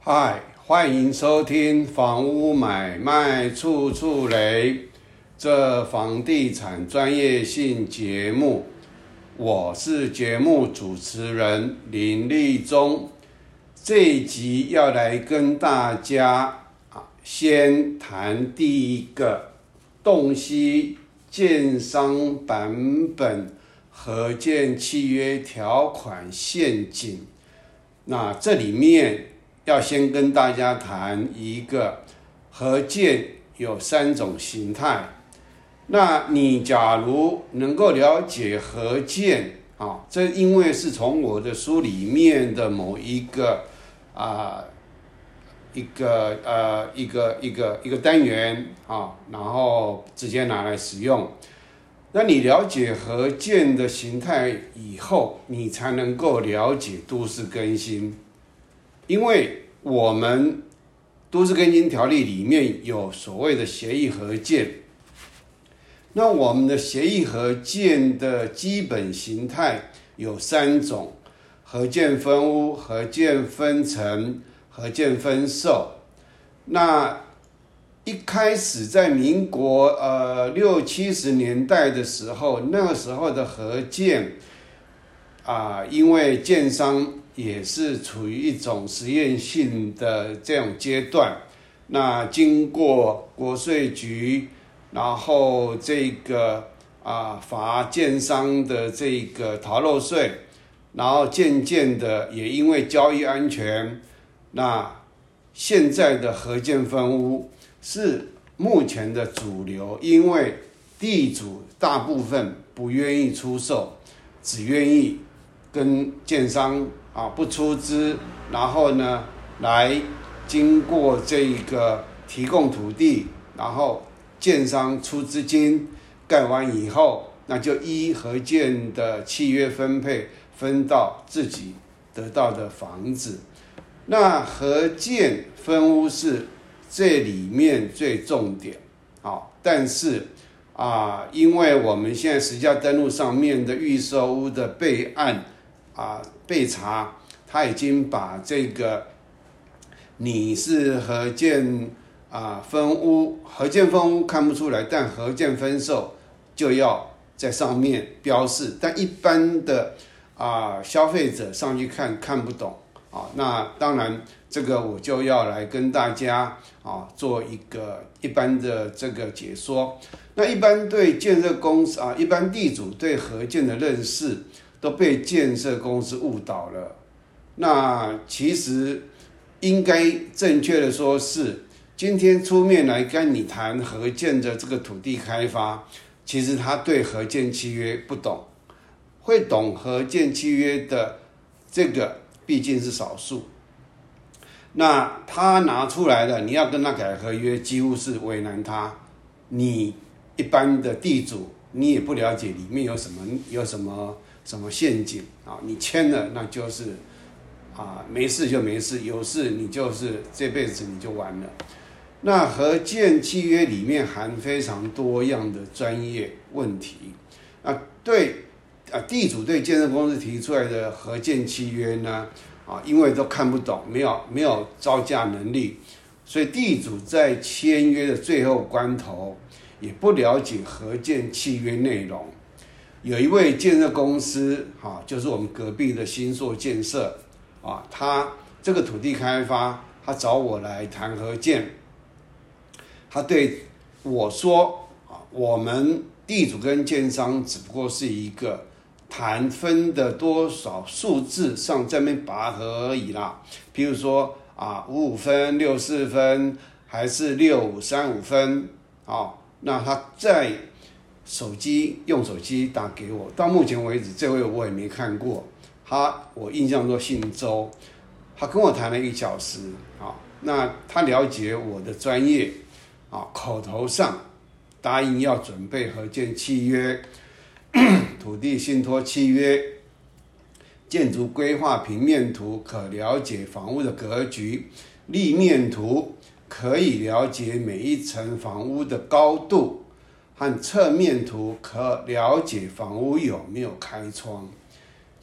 嗨，欢迎收听房屋买卖处处雷这房地产专业性节目，我是节目主持人林立忠。这一集要来跟大家先谈第一个洞悉建商版本合建契约条款陷阱。那这里面要先跟大家谈一个合建有3种形态。那你假如能够了解合建这因为是从我的书里面的某一个一个单元然后直接拿来使用。那你了解合建的形态以后，你才能够了解都市更新。因为我们都市更新条例里面有所谓的协议合建，那我们的协议合建的基本形态有3种：合建分屋、合建分成、合建分售。那一开始在民国60、70年代的时候，那个时候的合建因为建商也是处于一种实验性的这种阶段，那经过国税局，然后这个罚建商的这个逃漏税，然后渐渐的也因为交易安全，那现在的合建分屋是目前的主流，因为地主大部分不愿意出售，只愿意跟建商不出资，然后呢来经过这个提供土地，然后建商出资金盖完以后，那就依合建的契约分配分到自己得到的房子。那合建分屋是这里面最重点但是因为我们现在实价登录上面的预售屋的备案备查，他已经把这个你是合建分屋，合建分屋看不出来，但合建分售就要在上面标示，但一般的消费者上去看不懂那当然这个我就要来跟大家做一个一般的这个解说。那一般对建设公司一般地主对合建的认识都被建设公司误导了。那其实应该正确的说是，今天出面来跟你谈合建的这个土地开发，其实他对合建契约不懂，会懂合建契约的这个毕竟是少数。那他拿出来的，你要跟他改合约，几乎是为难他。你一般的地主，你也不了解里面有什么陷阱你签了那就是没事就没事，有事你就是这辈子你就完了。那合建契约里面含非常多样的专业问题对地主对建设公司提出来的合建契约呢因为都看不懂，没有招架能力，所以地主在签约的最后关头也不了解合建契约内容。有一位建设公司就是我们隔壁的新硕建设他这个土地开发，他找我来谈合建，他对我说我们地主跟建商只不过是一个谈分的多少数字上这边拔河而已啦。譬如说55分、64分还是65、35分那他在用手机打给我，到目前为止这位我也没看过我印象中姓周，他跟我谈了1小时那他了解我的专业口头上答应要准备合建契约、土地信托契约、建筑规划平面图可了解房屋的格局，立面图可以了解每一层房屋的高度，和侧面图可了解房屋有没有开窗。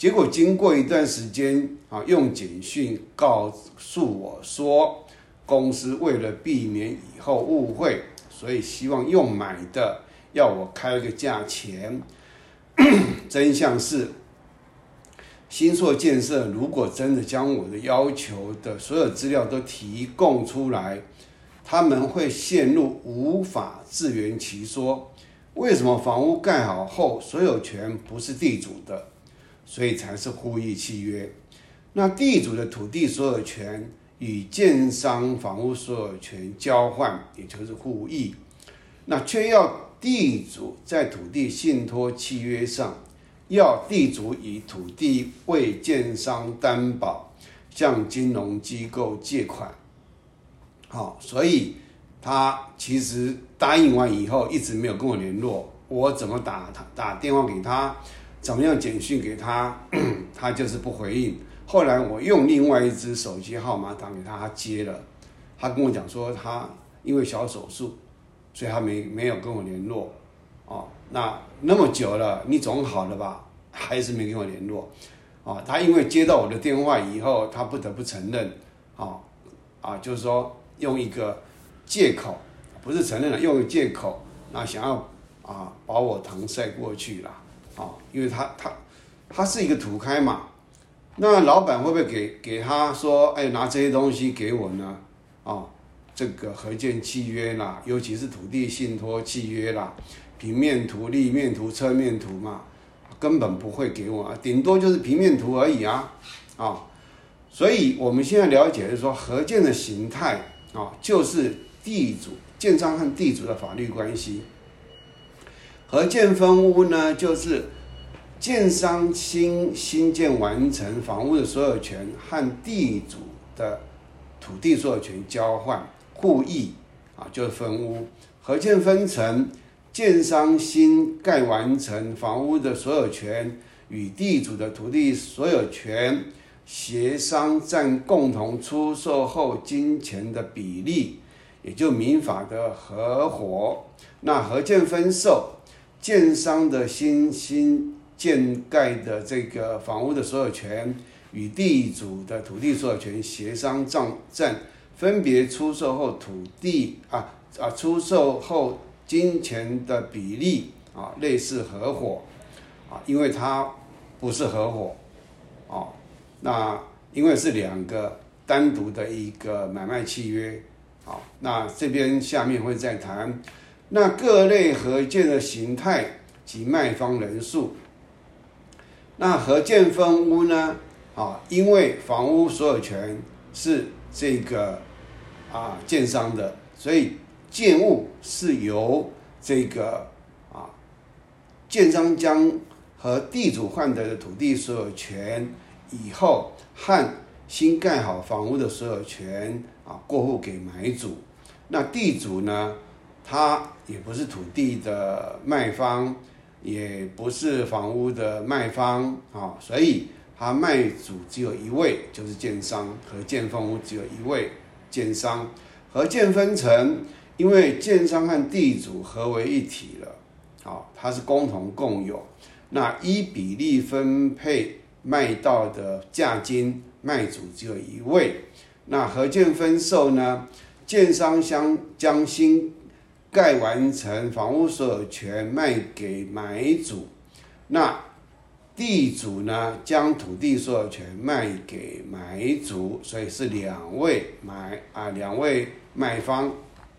结果经过一段时间用简讯告诉我说，公司为了避免以后误会，所以希望用买的要我开个价钱。真相是，新硕建设如果真的将我的要求的所有资料都提供出来，他们会陷入无法自圆其说。为什么房屋盖好后所有权不是地主的，所以才是互益契约？那地主的土地所有权与建商房屋所有权交换，也就是互益，那却要地主在土地信托契约上，要地主以土地为建商担保，向金融机构借款。所以他其实答应完以后一直没有跟我联络，我怎么打电话给他，怎么样简讯给他，他就是不回应。后来我用另外一支手机号码打给他，他接了。他跟我讲说，他因为小手术，所以他没有跟我联络。那么久了，你总好了吧？还是没跟我联络。他因为接到我的电话以后，他不得不承认，就是说用一个借口，不是承认了，用一个借口，那想要把我搪塞过去啦。因为他是一个土开嘛，那老板会不会给他说，拿这些东西给我呢？这个合建契约啦，尤其是土地信托契约啦，平面图、立面图、侧面图嘛，根本不会给我，顶多就是平面图而已啊。所以我们现在了解的是说，合建的形态就是地主、建商和地主的法律关系。合建分屋呢，就是建商新建完成房屋的所有权和地主的土地所有权交换，互益就是分屋。合建分成，建商新盖完成房屋的所有权与地主的土地所有权协商占共同出售后金钱的比例，也就民法的合伙。那合建分售，建商的新建盖的这个房屋的所有权与地主的土地所有权协商占分别出售后出售后金钱的比例类似合伙因为它不是合伙那因为是两个单独的一个买卖契约那这边下面会再谈。那各类合建的形态及卖方人数。那合建分屋呢因为房屋所有权是这个建商的，所以建物是由这个建商将和地主换得的土地所有权以后，和新盖好房屋的所有权过户给买主。那地主呢，他也不是土地的卖方，也不是房屋的卖方所以他卖主只有一位，就是建商。合建分屋只有一位，建商。合建分成，因为建商和地主合为一体了它是共同共有，那依比例分配卖到的价金，卖主只有一位。那合建分售呢，建商将新盖完成房屋所有权卖给买主，那地主呢将土地所有权卖给买主，所以是两位卖方。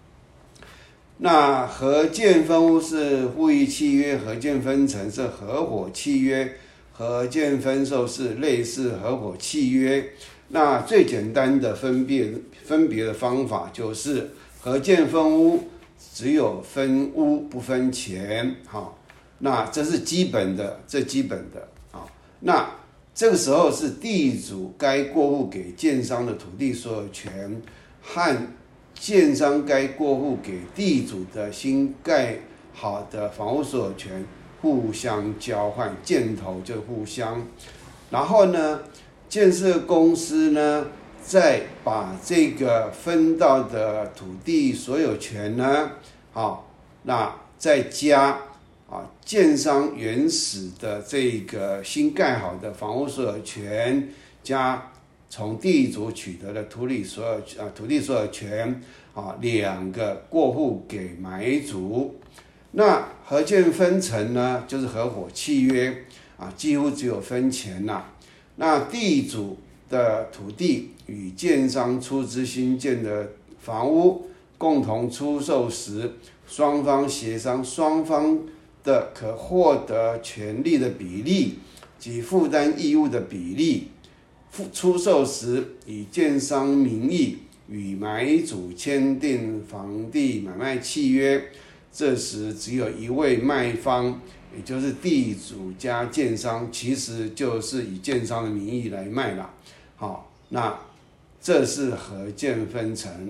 那合建分屋是互益契约，合建分成是合伙契约，合建分售是类似合伙契约。那最简单的分别的方法就是合建分屋只有分屋不分钱那这是基本的，那这个时候是地主该过户给建商的土地所有权和建商该过户给地主的新盖好的房屋所有权互相交换，箭头就互相。然后呢，建设公司呢再把这个分到的土地所有权呢那再加建商原始的这个新盖好的房屋所有权，加从地主取得的土地所有权两个过户给买主。那合建分成呢，就是合伙契约几乎只有分钱啦。那地主的土地与建商出资新建的房屋共同出售时，双方协商双方的可获得权利的比例及负担义务的比例。出售时以建商名义与买主签订房地买卖契约，这时只有一位卖方，也就是地主加建商，其实就是以建商的名义来卖了。那这是合建分成。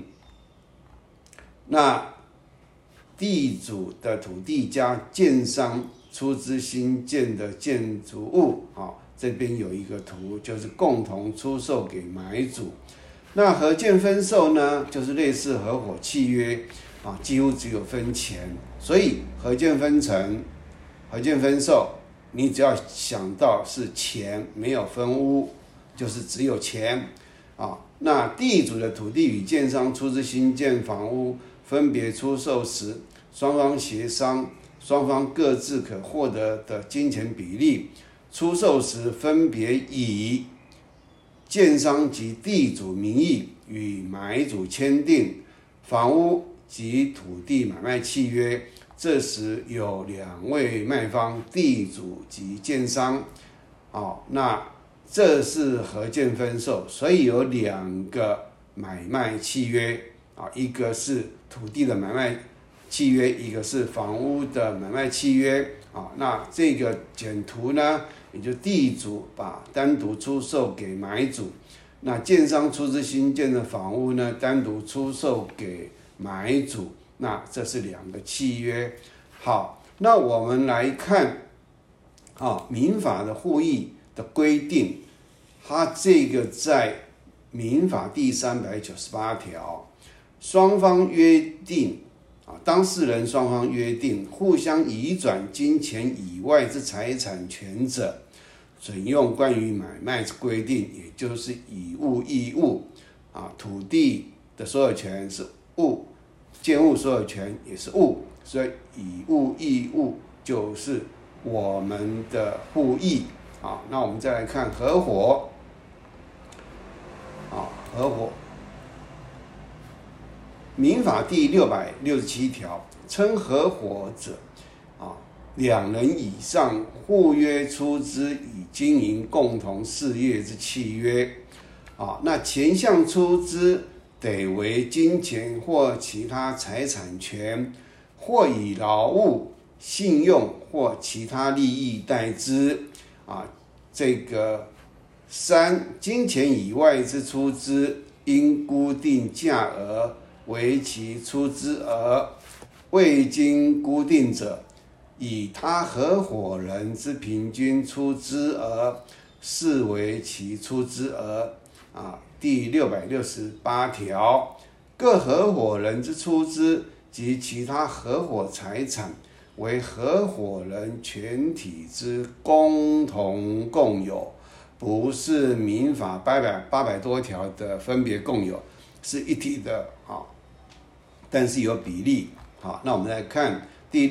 那地主的土地加建商出资新建的建筑物，这边有一个图，就是共同出售给买主。那合建分售呢，就是类似合伙契约几乎只有分钱。所以合建分成、合建分售，你只要想到是钱，没有分屋，就是只有钱那地主的土地与建商出资新建房屋分别出售时，双方协商，双方各自可获得的金钱比例，出售时分别以建商及地主名义与买主签订房屋及土地买卖契约，这时有两位卖方，地主及建商那这是合建分售，所以有两个买卖契约一个是土地的买卖契约，一个是房屋的买卖契约那这个简图呢，也就地主把单独出售给买主，那建商出资新建的房屋呢，单独出售给买主，那这是两个契约。好，那我们来看民法的户役的规定，它这个在民法第398条，双方约定当事人双方约定互相移转金钱以外之财产权者，准用关于买卖之规定，也就是以物易物土地的所有权是物，建物所有权也是物，所以以物易物就是我们的户役那我们再来看合伙合伙民法第667条，称合伙者两人以上互约出资以经营共同事业之契约那前项出资得为金钱或其他财产权，或以劳务、信用或其他利益代之这个3，金钱以外之出资，应固定价额为其出资额，未经固定者，以他合伙人之平均出资额视为其出资额第668条，各合伙人之出资及其他合伙财产为合伙人全体之共同共有，不是民法800多条的分别共有，是一体的但是有比例那我们来看第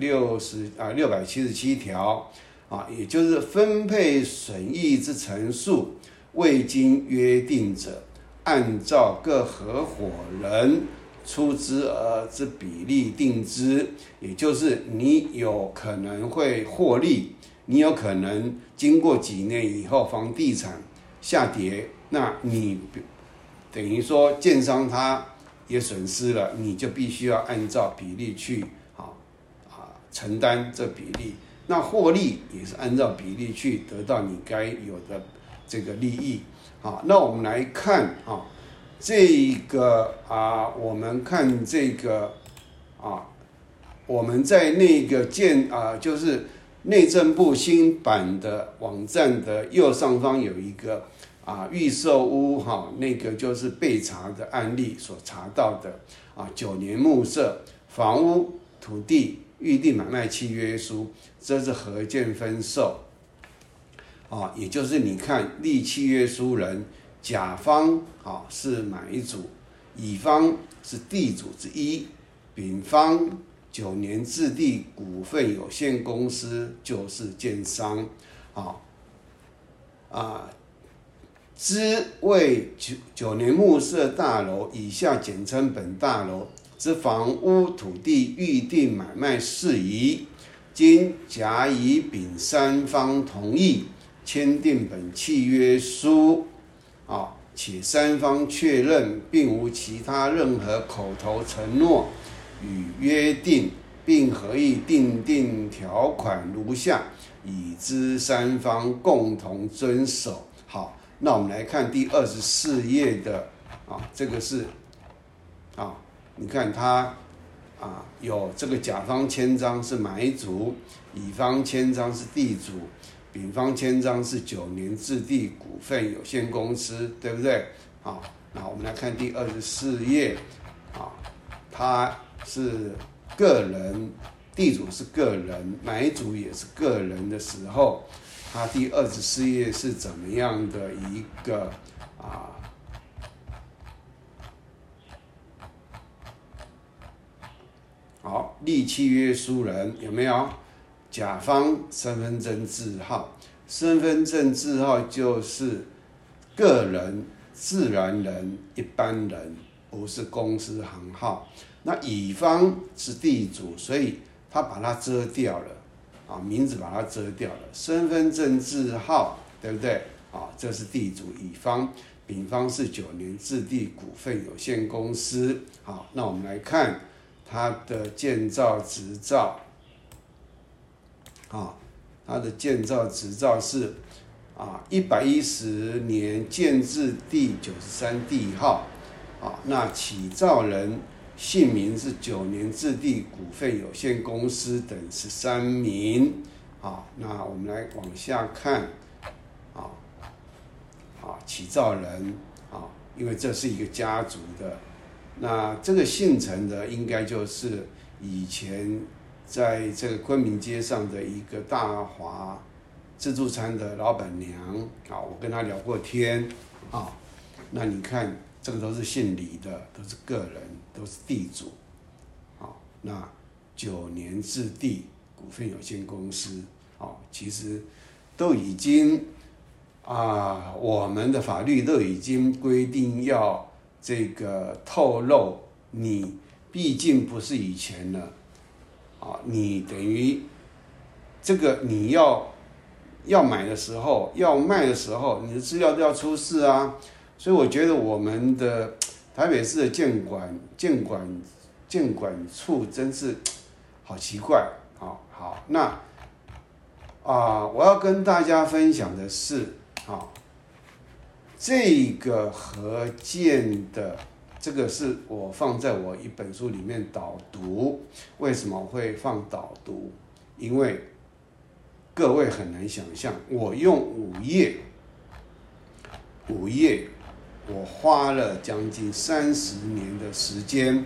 677条也就是分配损益之陈述未经约定者，按照各合伙人出资额之比例定之，也就是你有可能会获利，你有可能经过几年以后房地产下跌，那你等于说建商他也损失了，你就必须要按照比例去承担这比例，那获利也是按照比例去得到你该有的这个利益那我们来看这个我们看这个我们在那个就是内政部新版的网站的右上方有一个预售屋那个就是被查的案例所查到的9年目设房屋土地预定买卖契约书，这是合建分售。也就是你看立契约书人，甲方是买主，乙方是地主之一，丙方9年置地股份有限公司就是建商。之为9年目设大楼（以下简称本大楼）之房屋土地预定买卖事宜，经甲、乙、丙三方同意，签订本契约书，且三方确认，并无其他任何口头承诺与约定，并合意订定条款如下，以知三方共同遵守。好，那我们来看第24页的这个是你看它有这个甲方签章是买主，乙方签章是地主，丙方签章是9年置地股份有限公司，对不对？那我们来看第24页它是个人，地主是个人，买主也是个人的时候，它第24页是怎么样的一个好，立契约书人有没有？甲方身份证字号，身份证字号就是个人、自然人、一般人，不是公司行号。那乙方是地主，所以他把它遮掉了名字把它遮掉了，身份证字号对不对？这是地主乙方，丙方是9年置地股份有限公司。好，那我们来看它的建造执照。它的建造执照是110年建制第93地号。那起造人姓名是9年置地股份有限公司等13名。那我们来往下看。起造人因为这是一个家族的，那这个姓陈的应该就是以前在这个昆明街上的一个大华自助餐的老板娘我跟她聊过天那你看这个都是姓李的，都是个人，都是地主那9年置地股份有限公司其实都已经我们的法律都已经规定要这个透露，你毕竟不是以前了你等于这个你要买的时候，要卖的时候，你的资料都要出示所以我觉得我们的台北市的建管处真是好奇怪好，那我要跟大家分享的是这个合建的这个是我放在我一本书里面导读。为什么会放导读？因为各位很难想象，我用5页，我花了将近30年的时间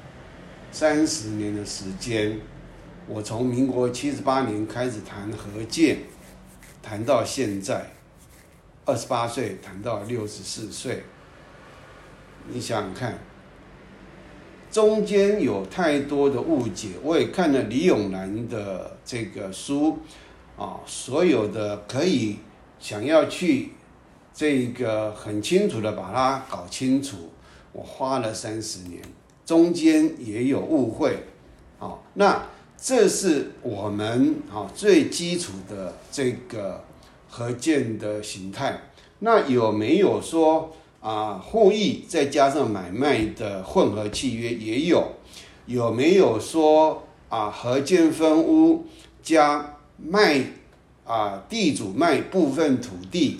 我从民国78年开始谈合建，谈到现在28岁谈到64岁，你想想看，中间有太多的误解。我也看了李永兰的这个书所有的可以想要去这个很清楚的把它搞清楚，我花了30年，中间也有误会那这是我们最基础的这个合建的形态。那有没有说互益再加上买卖的混合契约？也有。有没有说合建分屋加卖地主卖部分土地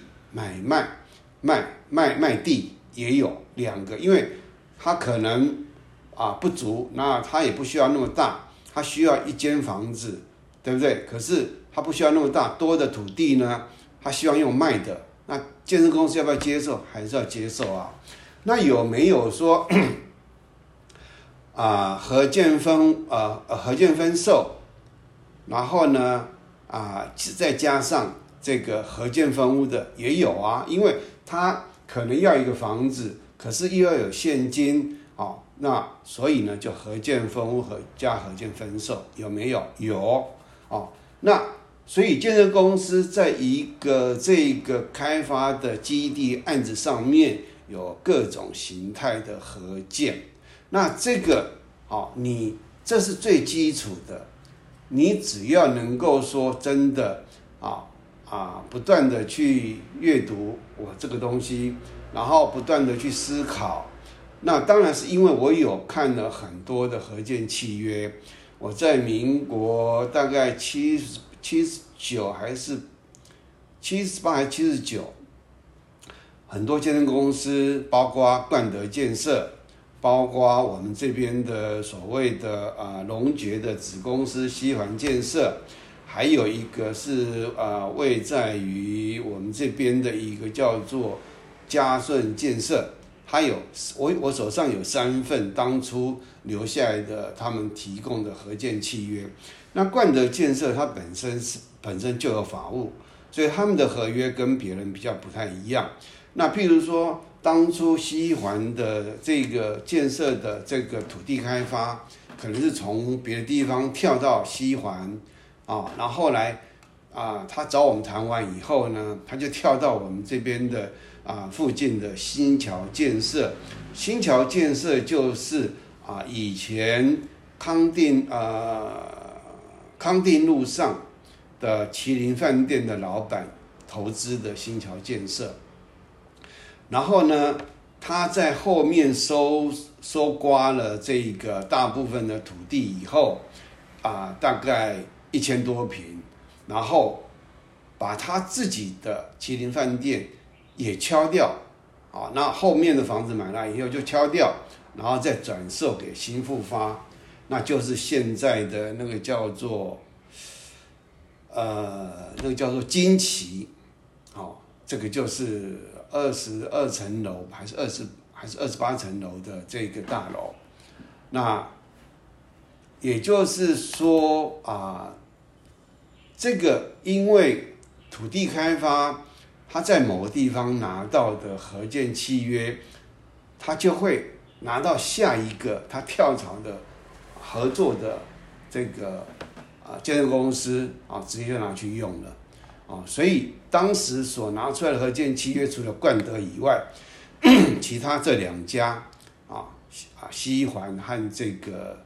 卖地？也有2个，因为他可能不足，那他也不需要那么大，他需要1间房子，对不对？可是他不需要那么大，多的土地呢，他希望用卖的，那建设公司要不要接受？还是要接受那有没有说合建分售然后呢再加上这个合建分屋的也有啊，因为他可能要一个房子，可是又要有现金那所以呢就合建分屋加合建分售，有没有？有那所以建设公司在一个这个开发的基地案子上面有各种形态的合建，那这个你这是最基础的，你只要能够说真的不断的去阅读我这个东西，然后不断的去思考。那当然是因为我有看了很多的合建契约，我在民国大概79还是78还是79，很多建设公司，包括冠德建设，包括我们这边的所谓的龙爵的子公司西环建设，还有一个是位在于我们这边的一个叫做嘉顺建设，它有我手上有3份当初留下来的他们提供的合建契约。那冠德建设它本身就有法务，所以他们的合约跟别人比较不太一样。那譬如说当初西环的这个建设的这个土地开发，可能是从别的地方跳到西环然后后来他找我们谈完以后呢，他就跳到我们这边的附近的新桥建设。新桥建设就是以前康定路上的麒麟饭店的老板投资的新桥建设。然后呢，他在后面收刮了这个大部分的土地以后大概1000多坪，然后把他自己的麒麟饭店也敲掉那后面的房子买来以后就敲掉，然后再转售给新复发，那就是现在的那个叫做金旗这个就是22层楼还是28层楼的这个大楼。那也就是说这个因为土地开发，他在某个地方拿到的合建契约，他就会拿到下一个他跳槽的合作的这个建设公司直接就拿去用了所以当时所拿出来的合建契约，除了冠德以外，其他这2家西环和这个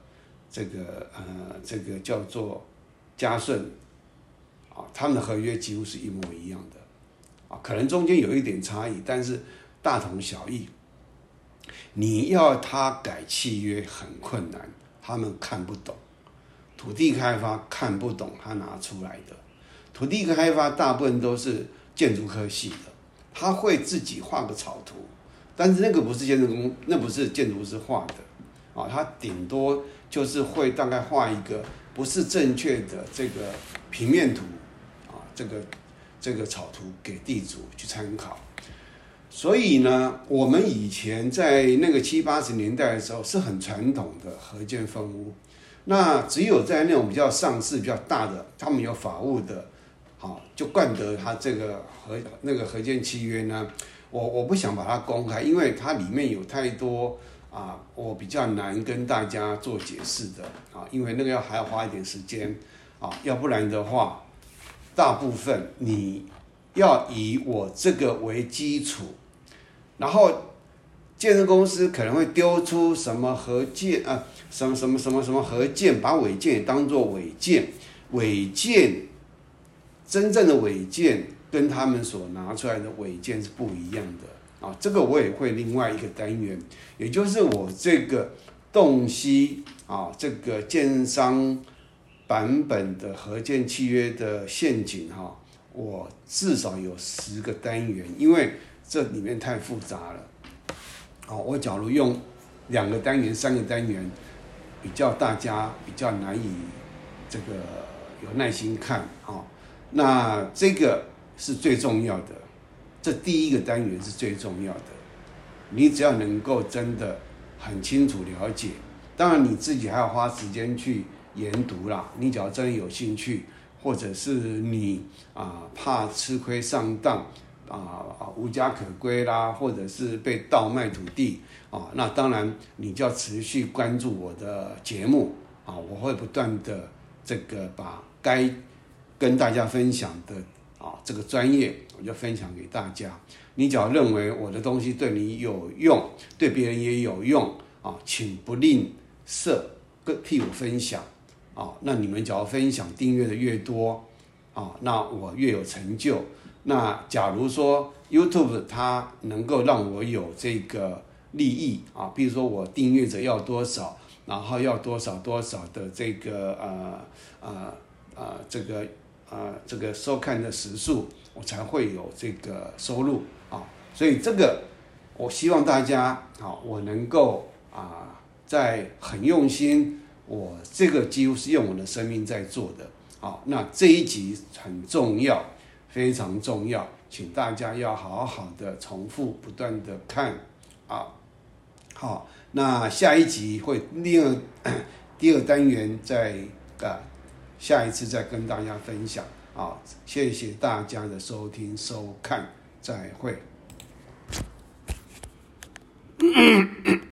叫做嘉顺他们的合约几乎是一模一样的可能中间有一点差异，但是大同小异。你要他改契约很困难，他们看不懂，土地开发看不懂他拿出来的。土地开发大部分都是建筑科系的，他会自己画个草图，但是那个不是那不是建筑师画的他顶多就是会大概画一个不是正确的这个平面图这个草图给地主去参考。所以呢，我们以前在那个70、80年代的时候是很传统的合建分屋，那只有在那种比较上市比较大的，他们有法务的就冠德他这个合建契约呢，我不想把它公开，因为它里面有太多我比较难跟大家做解释的因为那个还要花一点时间要不然的话，大部分你要以我这个为基础，然后建设公司可能会丢出什么合建什么合建，把违建也当作违建，真正的违建跟他们所拿出来的违建是不一样的这个我也会另外一个单元，也就是我这个洞悉这个建商版本的合建契约的陷阱我至少有10个单元，因为这里面太复杂了我假如用2个单元、3个单元，大家比较难以这个有耐心看那这个是最重要的，这第一个单元是最重要的。你只要能够真的很清楚了解，当然你自己还要花时间去研读啦。你只要真的有兴趣，或者是你怕吃亏上当无家可归啦，或者是被盗卖土地那当然你就要持续关注我的节目我会不断的这个把该跟大家分享的这个专业我就分享给大家。你只要认为我的东西对你有用，对别人也有用请不吝啬替我分享那你们只要分享订阅的越多那我越有成就。那假如说 YouTube 它能够让我有这个利益比如说我订阅者要多少，然后要多少的这个这个收看的时数，我才会有这个收入所以这个我希望大家我能够在很用心，我这个几乎是用我的生命在做的那这一集很重要，非常重要，请大家要好好的重复不断的看好，那下一集会第二单元再下一次再跟大家分享谢谢大家的收听收看，再会。